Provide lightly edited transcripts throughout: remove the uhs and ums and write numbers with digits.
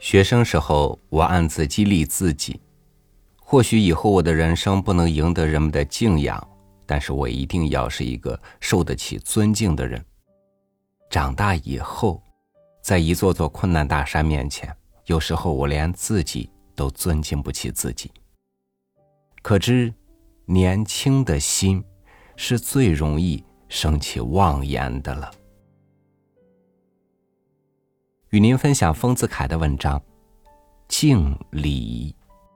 学生时候，我暗自激励自己，或许以后我的人生不能赢得人们的敬仰，但是我一定要是一个受得起尊敬的人。长大以后，在一座座困难大山面前，有时候我连自己都尊敬不起自己。可知年轻的心是最容易生起妄言的了。与您分享丰子恺的文章《敬礼》。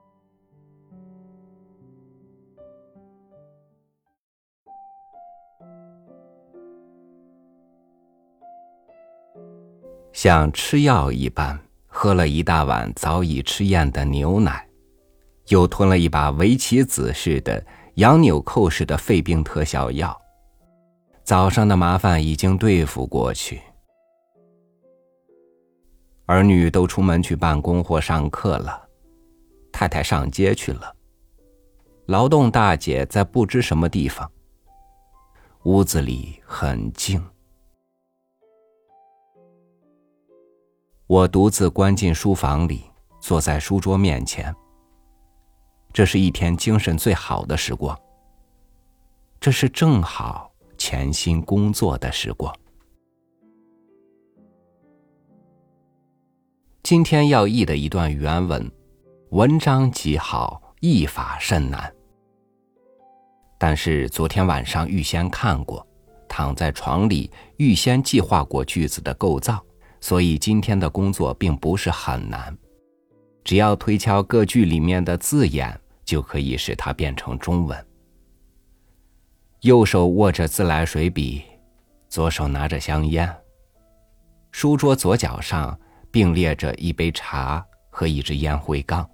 像吃药一般，喝了一大碗早已吃厌的牛奶，又吞了一把围棋子似的羊纽扣式的肺病特效药，早上的麻烦已经对付过去。儿女都出门去办公或上课了，太太上街去了，劳动大姐在不知什么地方。屋子里很静，我独自关进书房里，坐在书桌面前。这是一天精神最好的时光，这是正好潜心工作的时光。今天要译的一段原文，文章极好，译法甚难。但是昨天晚上预先看过，躺在床里预先计划过句子的构造，所以今天的工作并不是很难。只要推敲各句里面的字眼，就可以使它变成中文。右手握着自来水笔，左手拿着香烟。书桌左脚上并列着一杯茶和一支烟灰缸。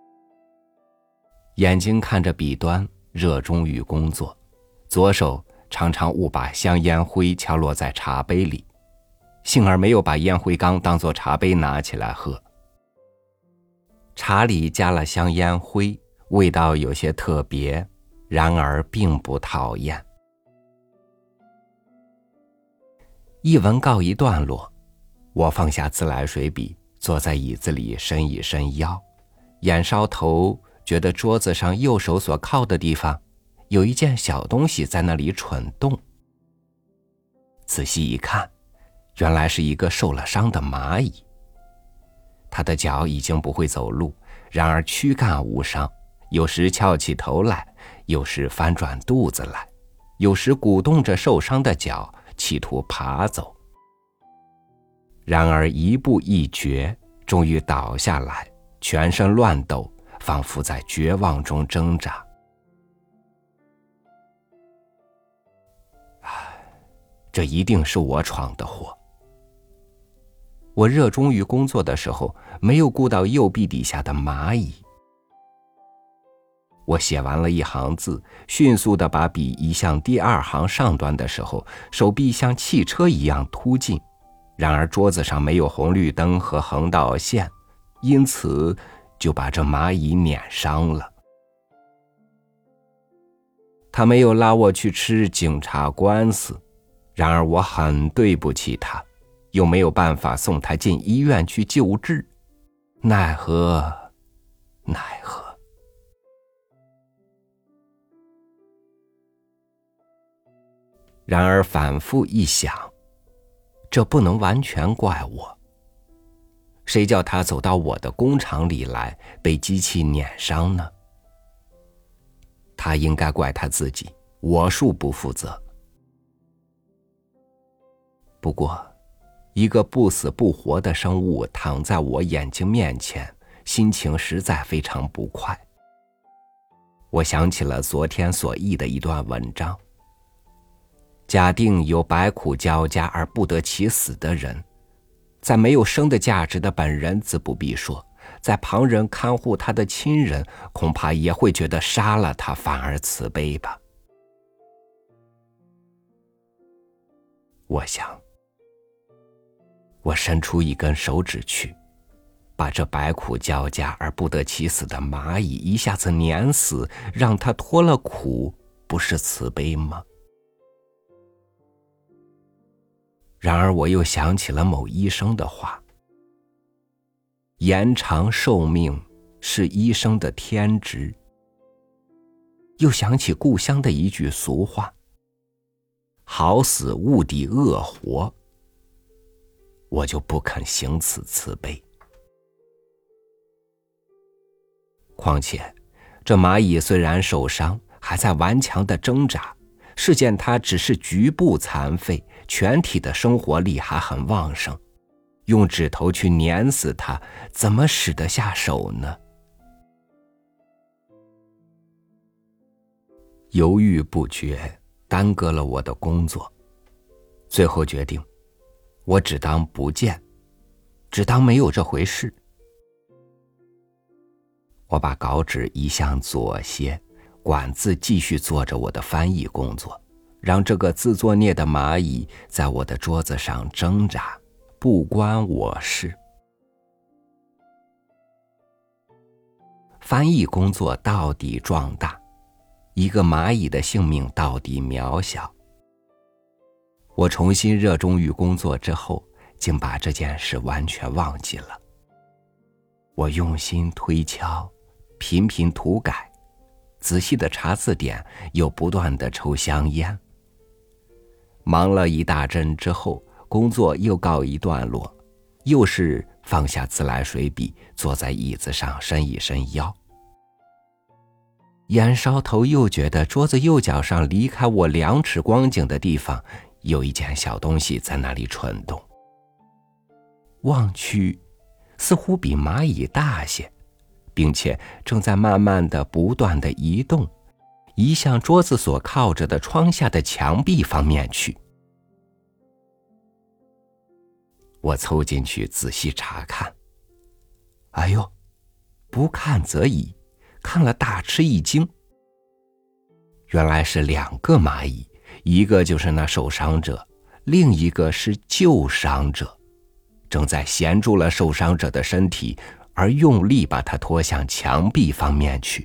眼睛看着笔端，热衷于工作，左手常常误把香烟灰敲落在茶杯里，幸而没有把烟灰缸当作茶杯拿起来喝。茶里加了香烟灰，味道有些特别，然而并不讨厌。一文告一段落，我放下自来水笔，坐在椅子里伸一伸腰，眼梢头觉得桌子上右手所靠的地方有一件小东西在那里蠢动。仔细一看，原来是一个受了伤的蚂蚁。它的脚已经不会走路，然而躯干无伤，有时翘起头来，有时翻转肚子来，有时鼓动着受伤的脚，企图爬走。然而一步一绝，终于倒下来，全身乱抖，仿佛在绝望中挣扎。这一定是我闯的祸。我热衷于工作的时候，没有顾到右臂底下的蚂蚁。我写完了一行字，迅速地把笔移向第二行上端的时候，手臂像汽车一样突进，然而桌子上没有红绿灯和横道线，因此就把这蚂蚁碾伤了。他没有拉我去吃警察官司，然而我很对不起他，又没有办法送他进医院去救治，奈何。然而反复一想，这不能完全怪我。谁叫他走到我的工厂里来，被机器碾伤呢？他应该怪他自己，我恕不负责。不过，一个不死不活的生物躺在我眼睛面前，心情实在非常不快。我想起了昨天所译的一段文章。假定有百苦交加而不得其死的人，在没有生的价值的本人自不必说，在旁人看护他的亲人，恐怕也会觉得杀了他反而慈悲吧。我想，我伸出一根手指去，把这百苦交加而不得其死的蚂蚁一下子碾死，让他脱了苦，不是慈悲吗？然而我又想起了某医生的话， 延长寿命是医生的天职。又想起故乡的一句俗话：好死勿抵恶活，我就不肯行此慈悲。况且这蚂蚁虽然受伤，还在顽强地挣扎，是见它只是局部残废，全体的生活力还很旺盛，用指头去碾死它，怎么使得下手呢？犹豫不决，耽搁了我的工作，最后决定，我只当不见，只当没有这回事。我把稿纸移向左些，管自继续做着我的翻译工作，让这个自作孽的蚂蚁在我的桌子上挣扎，不关我事。翻译工作到底壮大，一个蚂蚁的性命到底渺小。我重新热衷于工作之后，竟把这件事完全忘记了。我用心推敲，频频涂改，仔细地查字典，又不断地抽香烟。忙了一大阵之后，工作又告一段落，又是放下自来水笔，坐在椅子上伸一伸腰。眼梢头又觉得桌子右脚上离开我2尺光景的地方，有一件小东西在那里蠢动。望去，似乎比蚂蚁大些，并且正在慢慢的、不断的移动，移向桌子所靠着的窗下的墙壁方面去。我凑进去仔细查看，哎呦，不看则已，看了大吃一惊。原来是2个蚂蚁，一个就是那受伤者，另一个是救伤者，正在衔住了受伤者的身体，而用力把它拖向墙壁方面去。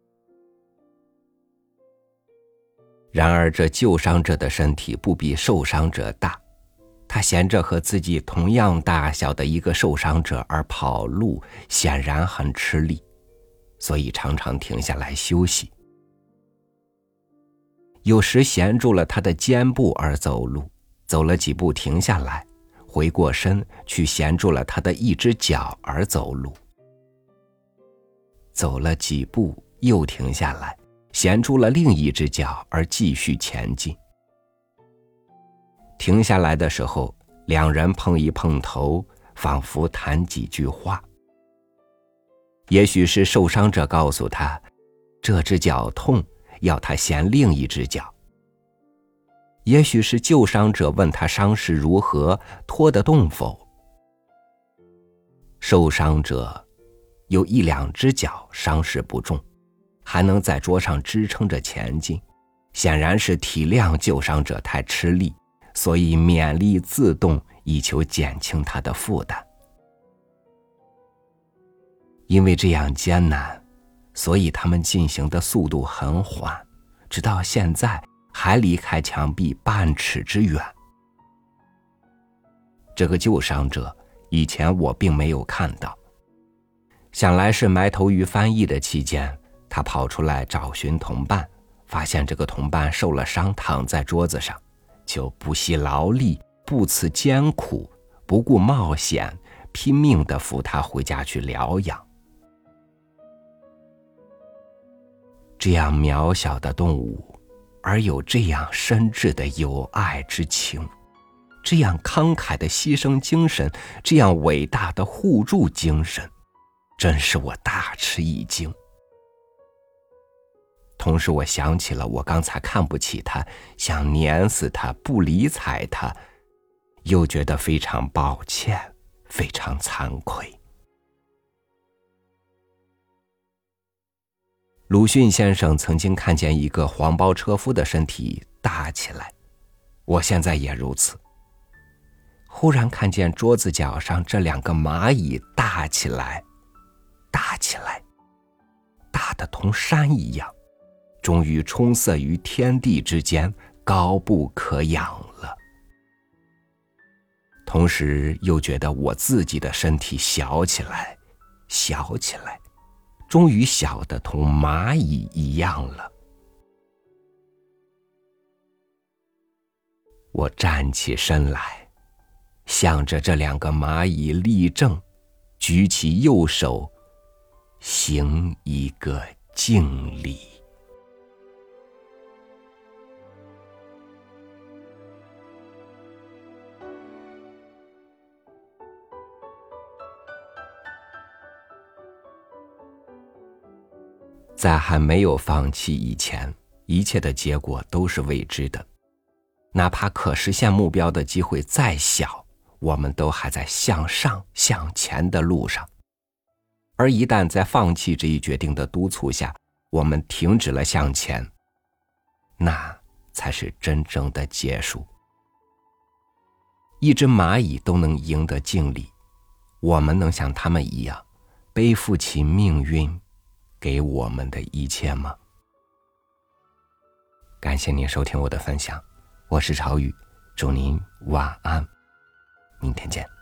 然而这救伤者的身体不比受伤者大，他衔着和自己同样大小的一个受伤者而跑路，显然很吃力，所以常常停下来休息。有时衔住了他的肩部而走路，走了几步停下来，回过身去衔住了他的一只脚而走路。走了几步又停下来，衔住了另一只脚而继续前进。停下来的时候，2人碰一碰头，仿佛谈几句话。也许是受伤者告诉他，这只脚痛，要他衔另一只脚。也许是救伤者问他伤势如何，拖得动否。受伤者有1、2只脚伤势不重，还能在桌上支撑着前进，显然是体谅救伤者太吃力，所以勉力自动，以求减轻他的负担。因为这样艰难，所以他们进行的速度很缓，直到现在还离开墙壁半尺之远。这个救伤者以前我并没有看到，想来是埋头于翻译的期间，他跑出来找寻同伴，发现这个同伴受了伤，躺在桌子上，就不惜劳力，不辞艰苦，不顾冒险，拼命地扶他回家去疗养。这样渺小的动物，而有这样深挚的友爱之情，这样慷慨的牺牲精神，这样伟大的互助精神，真是我大吃一惊。同时我想起了我刚才看不起他，想碾死他，不理睬他，又觉得非常抱歉，非常惭愧。鲁迅先生曾经看见一个黄包车夫的身体大起来，我现在也如此。忽然看见桌子角上这2个蚂蚁大起来，大起来，大得同山一样，终于冲塞于天地之间，高不可仰了。同时又觉得我自己的身体小起来， 小起来，终于小得同蚂蚁一样了。我站起身来，向着这2个蚂蚁立正，举起右手，行一个敬礼。在还没有放弃以前，一切的结果都是未知的。哪怕可实现目标的机会再小，我们都还在向上向前的路上。而一旦在放弃这一决定的督促下，我们停止了向前，那才是真正的结束。一只蚂蚁都能赢得敬礼，我们能像他们一样背负起命运给我们的一切吗？感谢您收听我的分享，我是朝宇，祝您晚安，明天见。